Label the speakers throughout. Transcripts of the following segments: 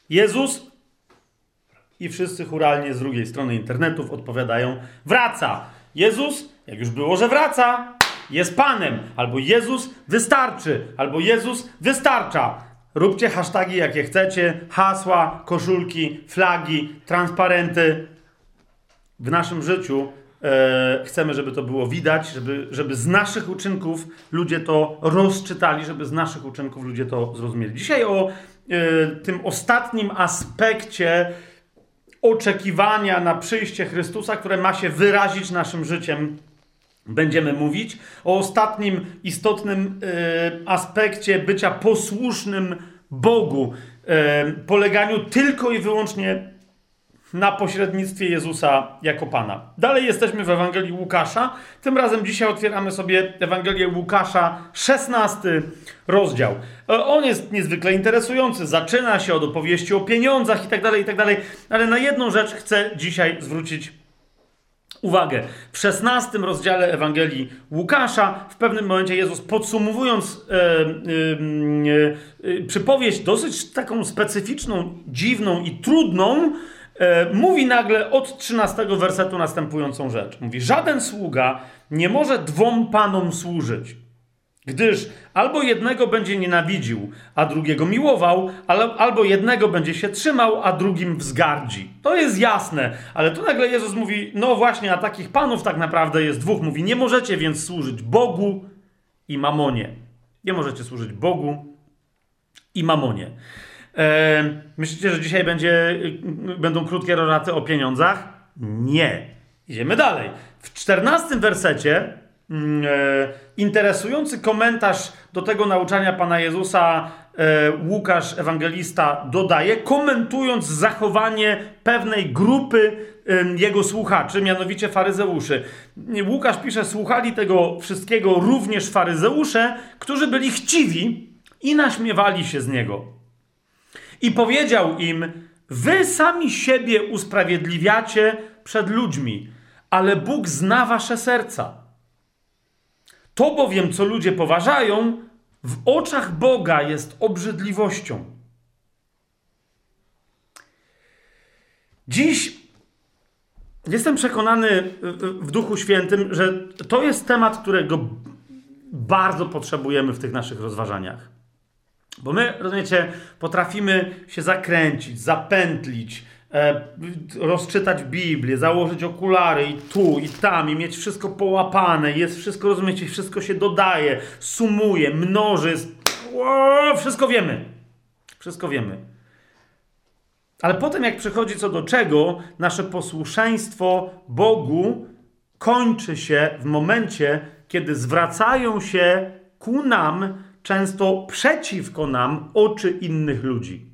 Speaker 1: Jezus i wszyscy chóralnie z drugiej strony internetów odpowiadają: wraca. Jezus, jak już było, że wraca, jest Panem. Albo Jezus wystarczy. Albo Jezus wystarcza. Róbcie hasztagi jakie chcecie, hasła, koszulki, flagi, transparenty. W naszym życiu chcemy, żeby to było widać, żeby z naszych uczynków ludzie to rozczytali, żeby z naszych uczynków ludzie to zrozumieli. Dzisiaj o tym ostatnim aspekcie oczekiwania na przyjście Chrystusa, które ma się wyrazić naszym życiem, będziemy mówić. O ostatnim istotnym aspekcie bycia posłusznym Bogu, poleganiu tylko i wyłącznie na pośrednictwie Jezusa jako Pana. Dalej jesteśmy w Ewangelii Łukasza. Tym razem dzisiaj otwieramy sobie Ewangelię Łukasza, 16 rozdział. On jest niezwykle interesujący. Zaczyna się od opowieści o pieniądzach i tak dalej, ale na jedną rzecz chcę dzisiaj zwrócić uwagę. W 16 rozdziale Ewangelii Łukasza w pewnym momencie Jezus, podsumowując przypowieść dosyć taką specyficzną, dziwną i trudną, mówi nagle od 13 wersetu następującą rzecz. Mówi: żaden sługa nie może dwom panom służyć, gdyż albo jednego będzie nienawidził, a drugiego miłował, albo jednego będzie się trzymał, a drugim wzgardzi. To jest jasne, ale tu nagle Jezus mówi: no właśnie, a takich panów tak naprawdę jest dwóch. Mówi: nie możecie więc służyć Bogu i mamonie. Nie możecie służyć Bogu i mamonie. Myślicie, że dzisiaj będą krótkie roraty o pieniądzach? Nie. Idziemy dalej. W 14 wersecie interesujący komentarz do tego nauczania Pana Jezusa Łukasz, ewangelista, dodaje, komentując zachowanie pewnej grupy jego słuchaczy, mianowicie faryzeuszy. Łukasz pisze: słuchali tego wszystkiego również faryzeusze, którzy byli chciwi i naśmiewali się z niego. I powiedział im: wy sami siebie usprawiedliwiacie przed ludźmi, ale Bóg zna wasze serca. To bowiem, co ludzie poważają, w oczach Boga jest obrzydliwością. Dziś jestem przekonany w Duchu Świętym, że to jest temat, którego bardzo potrzebujemy w tych naszych rozważaniach. Bo my, rozumiecie, potrafimy się zakręcić, zapętlić, rozczytać Biblię, założyć okulary i tu, i tam, i mieć wszystko połapane, jest wszystko, rozumiecie, wszystko się dodaje, sumuje, mnoży, wszystko wiemy. Wszystko wiemy. Ale potem, jak przychodzi co do czego, nasze posłuszeństwo Bogu kończy się w momencie, kiedy zwracają się ku nam, często przeciwko nam, oczy innych ludzi.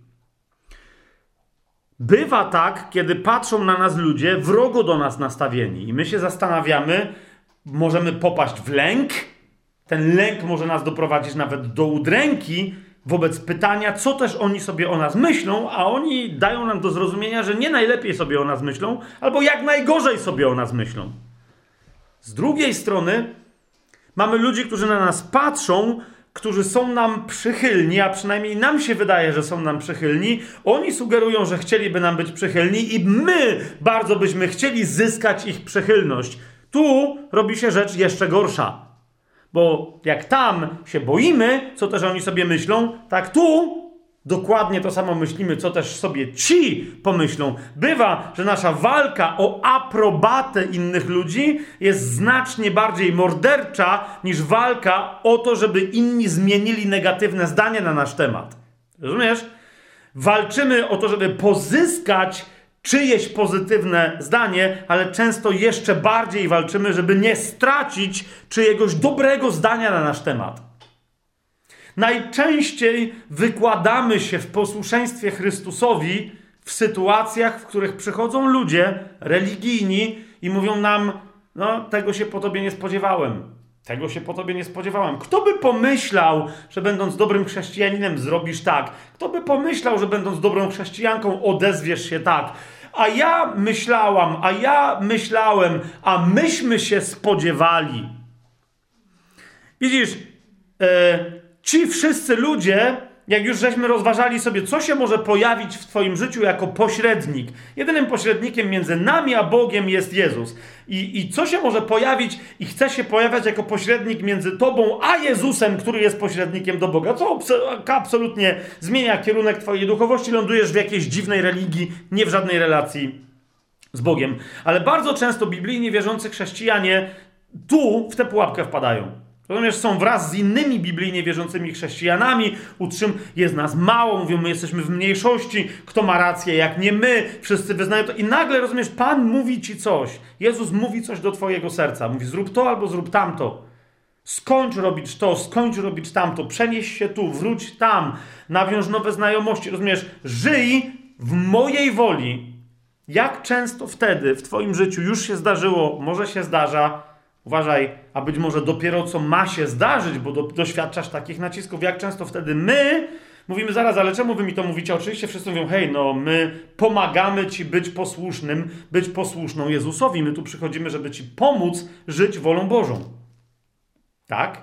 Speaker 1: Bywa tak, kiedy patrzą na nas ludzie wrogo do nas nastawieni i my się zastanawiamy, możemy popaść w lęk. Ten lęk może nas doprowadzić nawet do udręki wobec pytania, co też oni sobie o nas myślą, a oni dają nam do zrozumienia, że nie najlepiej sobie o nas myślą, albo jak najgorzej sobie o nas myślą. Z drugiej strony mamy ludzi, którzy na nas patrzą, którzy są nam przychylni, a przynajmniej nam się wydaje, że są nam przychylni. Oni sugerują, że chcieliby nam być przychylni i my bardzo byśmy chcieli zyskać ich przychylność. Tu robi się rzecz jeszcze gorsza. Bo jak tam się boimy, co też oni sobie myślą, tak tu dokładnie to samo myślimy, co też sobie ci pomyślą. Bywa, że nasza walka o aprobatę innych ludzi jest znacznie bardziej mordercza niż walka o to, żeby inni zmienili negatywne zdanie na nasz temat. Rozumiesz? Walczymy o to, żeby pozyskać czyjeś pozytywne zdanie, ale często jeszcze bardziej walczymy, żeby nie stracić czyjegoś dobrego zdania na nasz temat. Najczęściej wykładamy się w posłuszeństwie Chrystusowi w sytuacjach, w których przychodzą ludzie religijni i mówią nam: no, tego się po tobie nie spodziewałem. Tego się po tobie nie spodziewałem. Kto by pomyślał, że będąc dobrym chrześcijaninem zrobisz tak? Kto by pomyślał, że będąc dobrą chrześcijanką odezwiesz się tak? A ja myślałam, a ja myślałem, a myśmy się spodziewali. Widzisz, ci wszyscy ludzie Jak już żeśmy rozważali sobie, co się może pojawić w twoim życiu jako pośrednik. Jedynym pośrednikiem między nami a Bogiem jest Jezus. I co się może pojawić i chce się pojawiać jako pośrednik między tobą a Jezusem, który jest pośrednikiem do Boga. Co absolutnie zmienia kierunek twojej duchowości. Lądujesz w jakiejś dziwnej religii, nie w żadnej relacji z Bogiem. Ale bardzo często biblijnie wierzący chrześcijanie tu w tę pułapkę wpadają. Rozumiesz, są wraz z innymi biblijnie wierzącymi chrześcijanami, jest nas mało, mówią, my jesteśmy w mniejszości, kto ma rację, jak nie my, wszyscy wyznają to. I nagle, rozumiesz, Pan mówi ci coś, Jezus mówi coś do twojego serca, mówi, zrób to albo zrób tamto. Skończ robić to, skończ robić tamto, przenieś się tu, wróć tam, nawiąż nowe znajomości, rozumiesz, żyj w mojej woli. Jak często wtedy w twoim życiu już się zdarzyło, może się zdarza, uważaj, a być może dopiero co ma się zdarzyć, bo doświadczasz takich nacisków, jak często wtedy my mówimy, zaraz, ale czemu wy mi to mówicie? Oczywiście wszyscy mówią, hej, no my pomagamy ci być posłusznym, być posłuszną Jezusowi. My tu przychodzimy, żeby ci pomóc żyć wolą Bożą. Tak?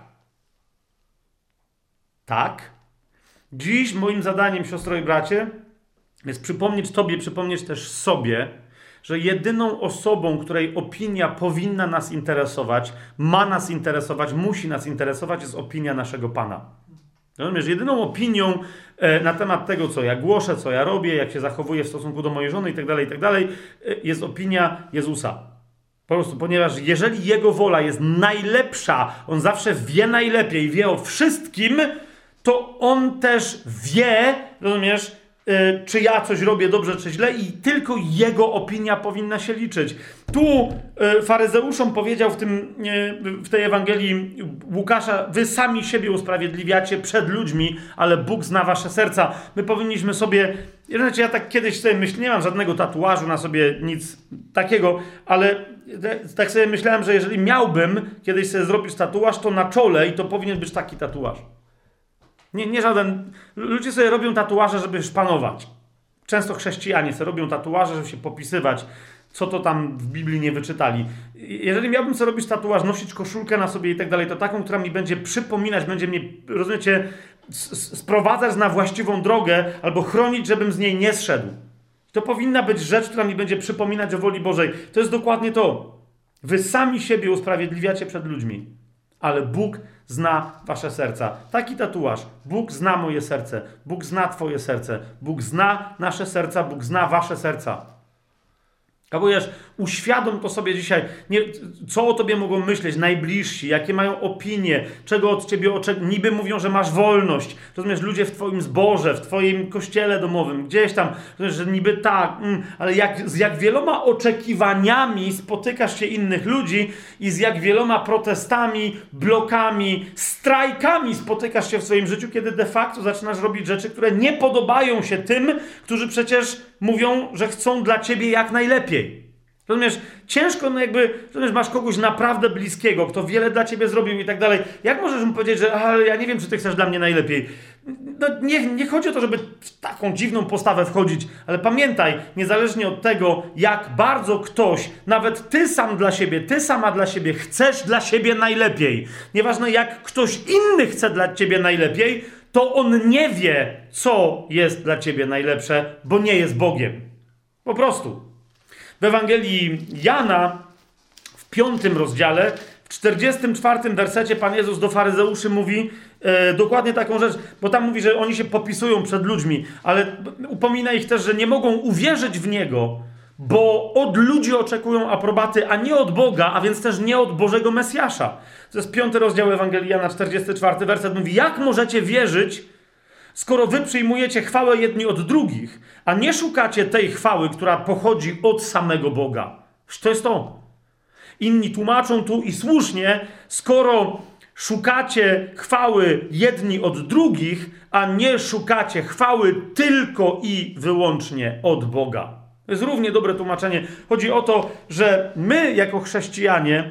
Speaker 1: Tak? Dziś moim zadaniem, siostro i bracie, jest przypomnieć tobie, przypomnieć też sobie, że jedyną osobą, której opinia powinna nas interesować, ma nas interesować, musi nas interesować, jest opinia naszego Pana. Rozumiesz? Jedyną opinią na temat tego, co ja głoszę, co ja robię, jak się zachowuję w stosunku do mojej żony itd., jest opinia Jezusa. Po prostu, ponieważ jeżeli Jego wola jest najlepsza, On zawsze wie najlepiej, wie o wszystkim, to On też wie, rozumiesz, czy ja coś robię dobrze, czy źle i tylko jego opinia powinna się liczyć. Tu faryzeuszom powiedział w tej Ewangelii Łukasza, wy sami siebie usprawiedliwiacie przed ludźmi, ale Bóg zna wasze serca. My powinniśmy sobie, znaczy ja tak kiedyś sobie myślałem, nie mam żadnego tatuażu na sobie, nic takiego, ale tak sobie myślałem, że jeżeli miałbym kiedyś sobie zrobić tatuaż, to na czole i to powinien być taki tatuaż. Nie żaden. Ludzie sobie robią tatuaże, żeby szpanować. Często chrześcijanie sobie robią tatuaże, żeby się popisywać, co to tam w Biblii nie wyczytali. Jeżeli miałbym sobie robić tatuaż, nosić koszulkę na sobie i tak dalej, to taką, która mi będzie przypominać, będzie mnie, rozumiecie, sprowadzać na właściwą drogę albo chronić, żebym z niej nie zszedł. To powinna być rzecz, która mi będzie przypominać o woli Bożej. To jest dokładnie to. Wy sami siebie usprawiedliwiacie przed ludźmi, ale Bóg zna wasze serca. Taki tatuaż. Bóg zna moje serce. Bóg zna twoje serce. Bóg zna nasze serca. Bóg zna wasze serca. Kapujesz? Uświadom to sobie dzisiaj, co o tobie mogą myśleć najbliżsi, jakie mają opinie, czego od ciebie oczekują. Niby mówią, że masz wolność. Rozumiesz, ludzie w twoim zborze, w twoim kościele domowym, gdzieś tam, rozumiesz, że niby tak, ale z jak wieloma oczekiwaniami spotykasz się innych ludzi i z jak wieloma protestami, blokami, strajkami spotykasz się w swoim życiu, kiedy de facto zaczynasz robić rzeczy, które nie podobają się tym, którzy przecież mówią, że chcą dla ciebie jak najlepiej. Rozumiesz, ciężko, rozumiesz, masz kogoś naprawdę bliskiego, kto wiele dla ciebie zrobił i tak dalej. Jak możesz mu powiedzieć, że ja nie wiem, czy ty chcesz dla mnie najlepiej? No, nie chodzi o to, żeby w taką dziwną postawę wchodzić, ale pamiętaj, niezależnie od tego, jak bardzo ktoś, nawet ty sam dla siebie, ty sama dla siebie, chcesz dla siebie najlepiej. Nieważne, jak ktoś inny chce dla ciebie najlepiej, to on nie wie, co jest dla ciebie najlepsze, bo nie jest Bogiem. Po prostu. W Ewangelii Jana, w 5 rozdziale, w 44 wersecie Pan Jezus do faryzeuszy mówi dokładnie taką rzecz, bo tam mówi, że oni się popisują przed ludźmi, ale upomina ich też, że nie mogą uwierzyć w Niego, bo od ludzi oczekują aprobaty, a nie od Boga, a więc też nie od Bożego Mesjasza. To jest 5 rozdział Ewangelii Jana, 44 werset mówi, jak możecie wierzyć, skoro wy przyjmujecie chwałę jedni od drugich, a nie szukacie tej chwały, która pochodzi od samego Boga. To jest to. Inni tłumaczą tu i słusznie, skoro szukacie chwały jedni od drugich, a nie szukacie chwały tylko i wyłącznie od Boga. To jest równie dobre tłumaczenie. Chodzi o to, że my jako chrześcijanie,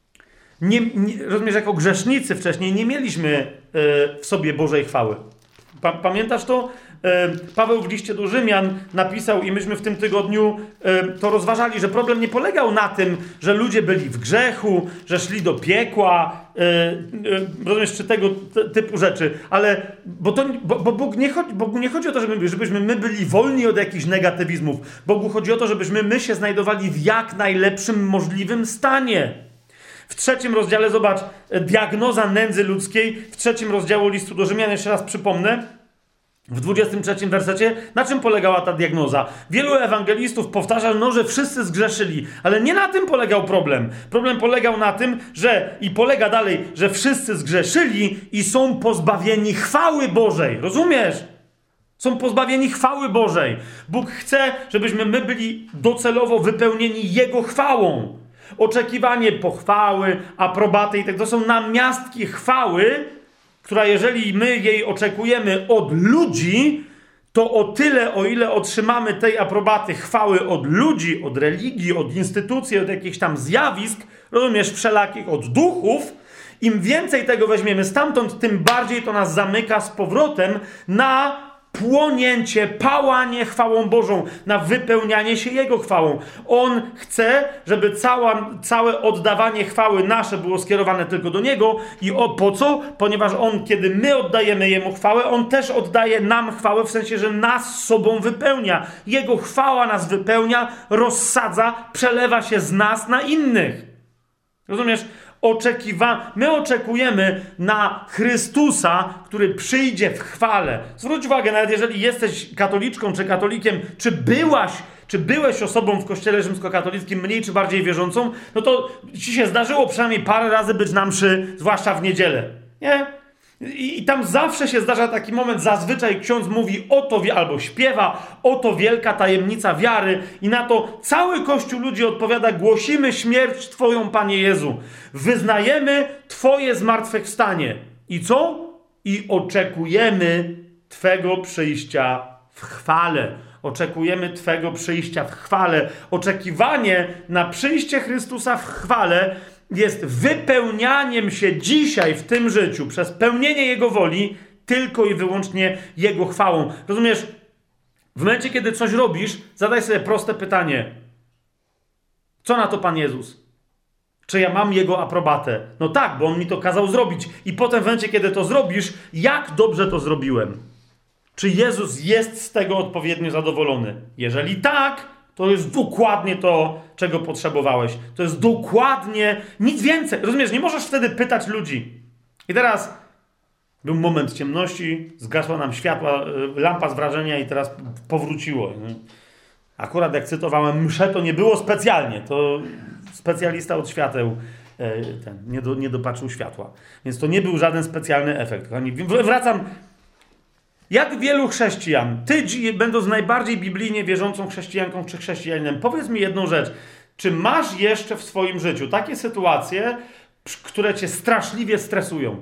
Speaker 1: rozumiesz, jako grzesznicy wcześniej nie mieliśmy w sobie Bożej chwały. Pamiętasz to? Paweł w liście do Rzymian napisał i myśmy w tym tygodniu to rozważali, że problem nie polegał na tym, że ludzie byli w grzechu, że szli do piekła, rozumiesz, czy tego typu rzeczy, ale bo Bogu nie chodzi o to, żebyśmy my byli wolni od jakichś negatywizmów. Bogu chodzi o to, żebyśmy my się znajdowali w jak najlepszym możliwym stanie. W 3 rozdziale, zobacz, diagnoza nędzy ludzkiej, w 3 rozdziale listu do Rzymian, jeszcze raz przypomnę, w 23 wersecie, na czym polegała ta diagnoza? Wielu ewangelistów powtarza, że wszyscy zgrzeszyli, ale nie na tym polegał problem. Problem polegał na tym, i polega dalej, że wszyscy zgrzeszyli i są pozbawieni chwały Bożej. Rozumiesz? Są pozbawieni chwały Bożej. Bóg chce, żebyśmy my byli docelowo wypełnieni Jego chwałą. Oczekiwanie pochwały, aprobaty i tak, to są namiastki chwały, która jeżeli my jej oczekujemy od ludzi, to o tyle, o ile otrzymamy tej aprobaty chwały od ludzi, od religii, od instytucji, od jakichś tam zjawisk, rozumiesz, wszelakich, od duchów, im więcej tego weźmiemy stamtąd, tym bardziej to nas zamyka z powrotem na płonięcie, pałanie chwałą Bożą, na wypełnianie się Jego chwałą. On chce, żeby całe oddawanie chwały nasze było skierowane tylko do Niego i po co? Ponieważ On, kiedy my oddajemy Jemu chwałę, On też oddaje nam chwałę, w sensie, że nas sobą wypełnia. Jego chwała nas wypełnia, rozsadza, przelewa się z nas na innych. Rozumiesz? My oczekujemy na Chrystusa, który przyjdzie w chwale. Zwróć uwagę, nawet jeżeli jesteś katoliczką czy katolikiem, czy byłeś osobą w kościele rzymskokatolickim mniej czy bardziej wierzącą, no to ci się zdarzyło przynajmniej parę razy być na mszy, zwłaszcza w niedzielę. Nie? I tam zawsze się zdarza taki moment, zazwyczaj ksiądz mówi albo śpiewa, oto wielka tajemnica wiary i na to cały Kościół ludzi odpowiada, głosimy śmierć Twoją, Panie Jezu, wyznajemy Twoje zmartwychwstanie. I co? I oczekujemy Twego przyjścia w chwale. Oczekujemy Twego przyjścia w chwale. Oczekiwanie na przyjście Chrystusa w chwale jest wypełnianiem się dzisiaj w tym życiu przez pełnienie Jego woli tylko i wyłącznie Jego chwałą. Rozumiesz? W momencie, kiedy coś robisz, zadaj sobie proste pytanie. Co na to Pan Jezus? Czy ja mam Jego aprobatę? No tak, bo On mi to kazał zrobić. I potem w momencie, kiedy to zrobisz, jak dobrze to zrobiłem? Czy Jezus jest z tego odpowiednio zadowolony? Jeżeli tak, to jest dokładnie to, czego potrzebowałeś. To jest dokładnie nic więcej. Rozumiesz, nie możesz wtedy pytać ludzi. I teraz był moment ciemności, zgasła nam światła, lampa z wrażenia i teraz powróciło. Akurat jak cytowałem mszę, to nie było specjalnie. To specjalista od świateł nie dopatrzył światła. Więc to nie był żaden specjalny efekt. Wracam. Jak wielu chrześcijan, będąc najbardziej biblijnie wierzącą chrześcijanką czy chrześcijaninem, powiedz mi jedną rzecz. Czy masz jeszcze w swoim życiu takie sytuacje, które cię straszliwie stresują?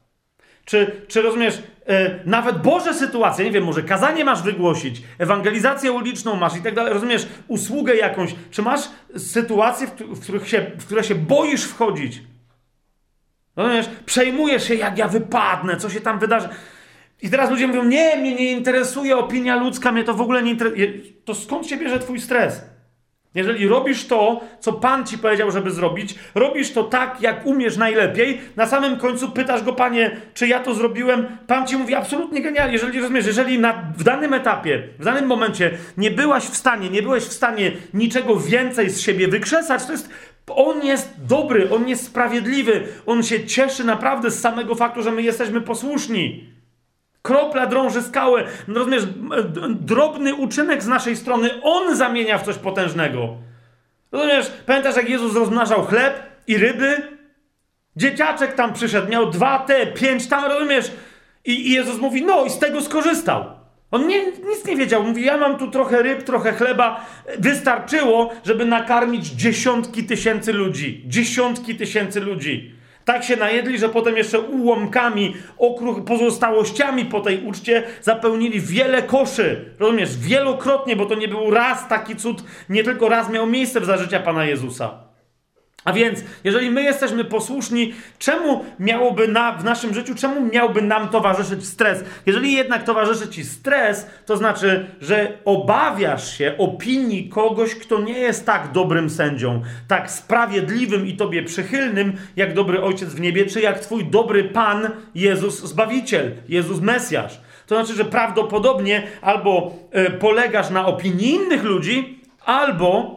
Speaker 1: Czy rozumiesz, nawet Boże sytuacje, nie wiem, może kazanie masz wygłosić, ewangelizację uliczną masz i tak dalej, rozumiesz, usługę jakąś. Czy masz sytuacje, w które się boisz wchodzić? Rozumiesz, przejmujesz się, jak ja wypadnę, co się tam wydarzy. I teraz ludzie mówią, nie, mnie nie interesuje opinia ludzka, mnie to w ogóle nie interesuje. To skąd się bierze twój stres? Jeżeli robisz to, co Pan ci powiedział, żeby zrobić, robisz to tak, jak umiesz najlepiej, na samym końcu pytasz go, Panie, czy ja to zrobiłem? Pan ci mówi, absolutnie genialnie. Jeżeli rozumiesz, jeżeli w danym etapie, w danym momencie nie byłeś w stanie niczego więcej z siebie wykrzesać, to jest... On jest dobry, On jest sprawiedliwy, On się cieszy naprawdę z samego faktu, że my jesteśmy posłuszni. Kropla drąży skałę. No rozumiesz, drobny uczynek z naszej strony On zamienia w coś potężnego. Rozumiesz, pamiętasz jak Jezus rozmnażał chleb i ryby? Dzieciaczek tam przyszedł, miał 2 5 tam, rozumiesz? I Jezus mówi, no i z tego skorzystał. On nic nie wiedział. Mówi, ja mam tu trochę ryb, trochę chleba. Wystarczyło, żeby nakarmić dziesiątki tysięcy ludzi. Dziesiątki tysięcy ludzi. Tak się najedli, że potem jeszcze ułomkami, pozostałościami po tej uczcie zapełnili wiele koszy. Rozumiesz? Wielokrotnie, bo to nie był raz taki cud, nie tylko raz miał miejsce w za życia Pana Jezusa. A więc, jeżeli my jesteśmy posłuszni, czemu w naszym życiu, czemu miałby nam towarzyszyć stres? Jeżeli jednak towarzyszy ci stres, to znaczy, że obawiasz się opinii kogoś, kto nie jest tak dobrym sędzią, tak sprawiedliwym i tobie przychylnym, jak dobry Ojciec w niebie, czy jak twój dobry Pan, Jezus Zbawiciel, Jezus Mesjasz. To znaczy, że prawdopodobnie albo polegasz na opinii innych ludzi, albo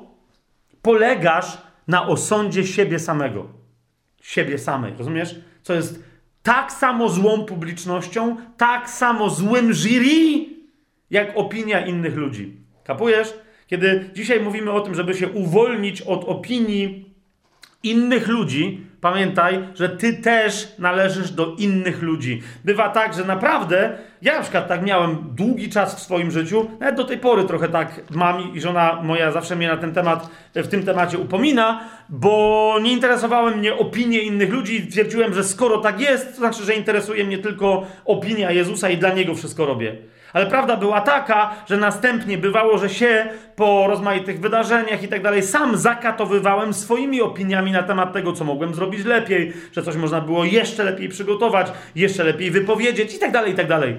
Speaker 1: polegasz na osądzie siebie samego. Siebie samej, rozumiesz? Co jest tak samo złą publicznością, tak samo złym jury, jak opinia innych ludzi. Kapujesz? Kiedy dzisiaj mówimy o tym, żeby się uwolnić od opinii innych ludzi, pamiętaj, że ty też należysz do innych ludzi. Bywa tak, że naprawdę, ja na przykład tak miałem długi czas w swoim życiu, nawet do tej pory trochę tak mam i żona moja zawsze mnie na ten temat, w tym temacie upomina, bo nie interesowały mnie opinie innych ludzi i twierdziłem, że skoro tak jest, to znaczy, że interesuje mnie tylko opinia Jezusa i dla Niego wszystko robię. Ale prawda była taka, że następnie bywało, że się po rozmaitych wydarzeniach i tak dalej sam zakatowywałem swoimi opiniami na temat tego, co mogłem zrobić lepiej, że coś można było jeszcze lepiej przygotować, jeszcze lepiej wypowiedzieć i tak dalej, i tak dalej.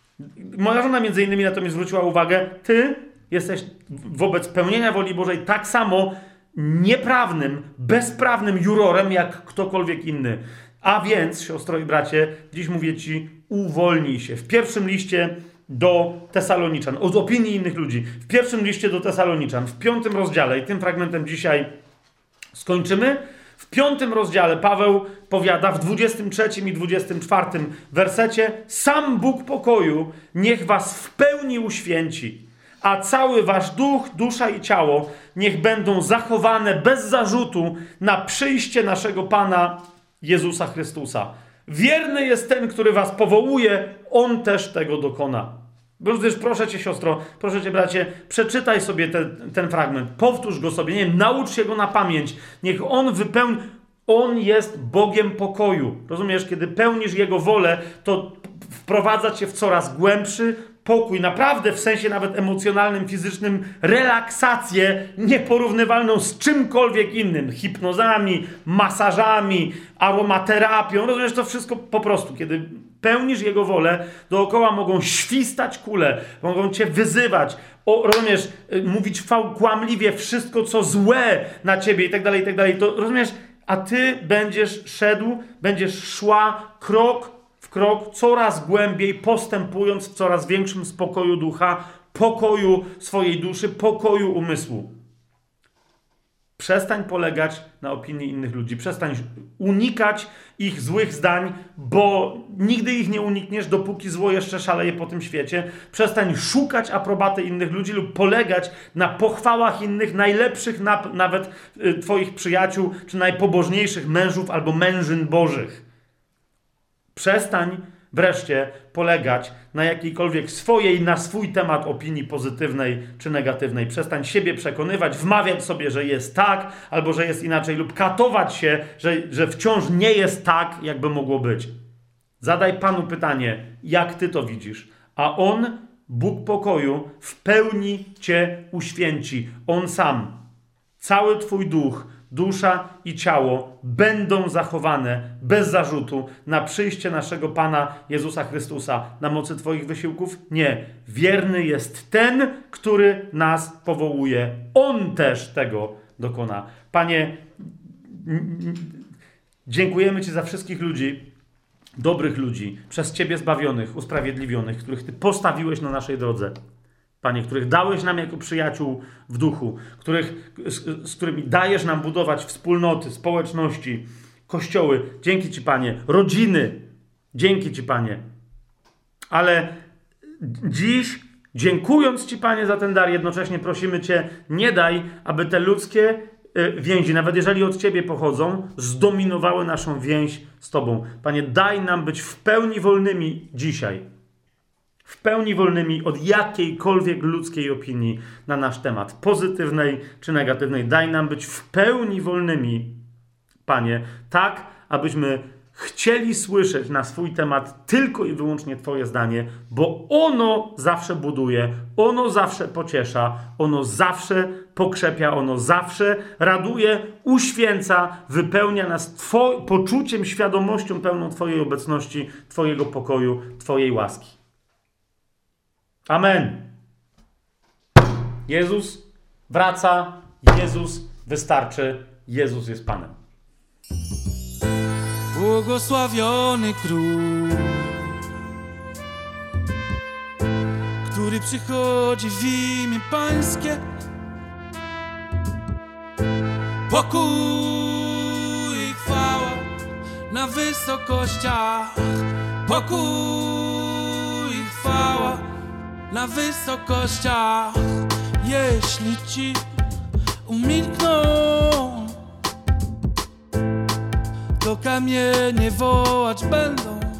Speaker 1: Moja żona między innymi na to mi zwróciła uwagę, ty jesteś wobec pełnienia woli Bożej tak samo nieprawnym, bezprawnym jurorem, jak ktokolwiek inny. A więc, siostro i bracie, dziś mówię ci, uwolnij się. W pierwszym liście do Tesaloniczan, od opinii innych ludzi. W pierwszym liście do Tesaloniczan, w 5 rozdziale, i tym fragmentem dzisiaj skończymy. W 5 rozdziale Paweł powiada w 23 i 24 wersecie: sam Bóg pokoju niech was w pełni uświęci, a cały wasz duch, dusza i ciało niech będą zachowane bez zarzutu na przyjście naszego Pana Jezusa Chrystusa. Wierny jest ten, który was powołuje, on też tego dokona. Gdyż proszę cię, siostro, proszę cię, bracie, przeczytaj sobie ten fragment, powtórz go sobie, nie wiem, naucz się go na pamięć. Niech on wypełni. On jest Bogiem pokoju. Rozumiesz? Kiedy pełnisz Jego wolę, to wprowadza cię w coraz głębszy pokój. Naprawdę, w sensie nawet emocjonalnym, fizycznym, relaksację nieporównywalną z czymkolwiek innym. Hipnozami, masażami, aromaterapią. Rozumiesz? To wszystko po prostu. Kiedy pełnisz Jego wolę, dookoła mogą świstać kule, mogą cię wyzywać, rozumiesz? Mówić kłamliwie wszystko, co złe na ciebie i tak dalej, i tak dalej. To rozumiesz? A ty będziesz szedł, będziesz szła krok w krok, coraz głębiej, postępując w coraz większym spokoju ducha, pokoju swojej duszy, pokoju umysłu. Przestań polegać na opinii innych ludzi. Przestań unikać ich złych zdań, bo nigdy ich nie unikniesz, dopóki zło jeszcze szaleje po tym świecie. Przestań szukać aprobaty innych ludzi lub polegać na pochwałach innych, najlepszych nawet twoich przyjaciół, czy najpobożniejszych mężów albo mężyn bożych. Przestań wreszcie polegać na jakiejkolwiek swojej, na swój temat opinii pozytywnej czy negatywnej. Przestań siebie przekonywać, wmawiać sobie, że jest tak, albo że jest inaczej, lub katować się, że wciąż nie jest tak, jakby mogło być. Zadaj Panu pytanie, jak ty to widzisz? A On, Bóg pokoju, w pełni cię uświęci. On sam, cały twój duch, dusza i ciało będą zachowane bez zarzutu na przyjście naszego Pana Jezusa Chrystusa. Na mocy twoich wysiłków? Nie. Wierny jest ten, który nas powołuje. On też tego dokona. Panie, dziękujemy Ci za wszystkich ludzi, dobrych ludzi, przez Ciebie zbawionych, usprawiedliwionych, których Ty postawiłeś na naszej drodze. Panie, których dałeś nam jako przyjaciół w duchu, z którymi dajesz nam budować wspólnoty, społeczności, kościoły. Dzięki Ci, Panie. Rodziny. Dzięki Ci, Panie. Ale dziś, dziękując Ci, Panie, za ten dar, jednocześnie prosimy Cię, nie daj, aby te ludzkie więzi, nawet jeżeli od Ciebie pochodzą, zdominowały naszą więź z Tobą. Panie, daj nam być w pełni wolnymi dzisiaj. W pełni wolnymi od jakiejkolwiek ludzkiej opinii na nasz temat, pozytywnej czy negatywnej. Daj nam być w pełni wolnymi, Panie, tak, abyśmy chcieli słyszeć na swój temat tylko i wyłącznie Twoje zdanie, bo ono zawsze buduje, ono zawsze pociesza, ono zawsze pokrzepia, ono zawsze raduje, uświęca, wypełnia nas poczuciem, świadomością pełną Twojej obecności, Twojego pokoju, Twojej łaski. Amen. Jezus wraca, Jezus wystarczy, Jezus jest Panem.
Speaker 2: Błogosławiony Król, który przychodzi w imię Pańskie. Pokój i chwała na wysokościach. Pokój i chwała na wysokościach. Jeśli ci umilkną, to kamienie wołać będą.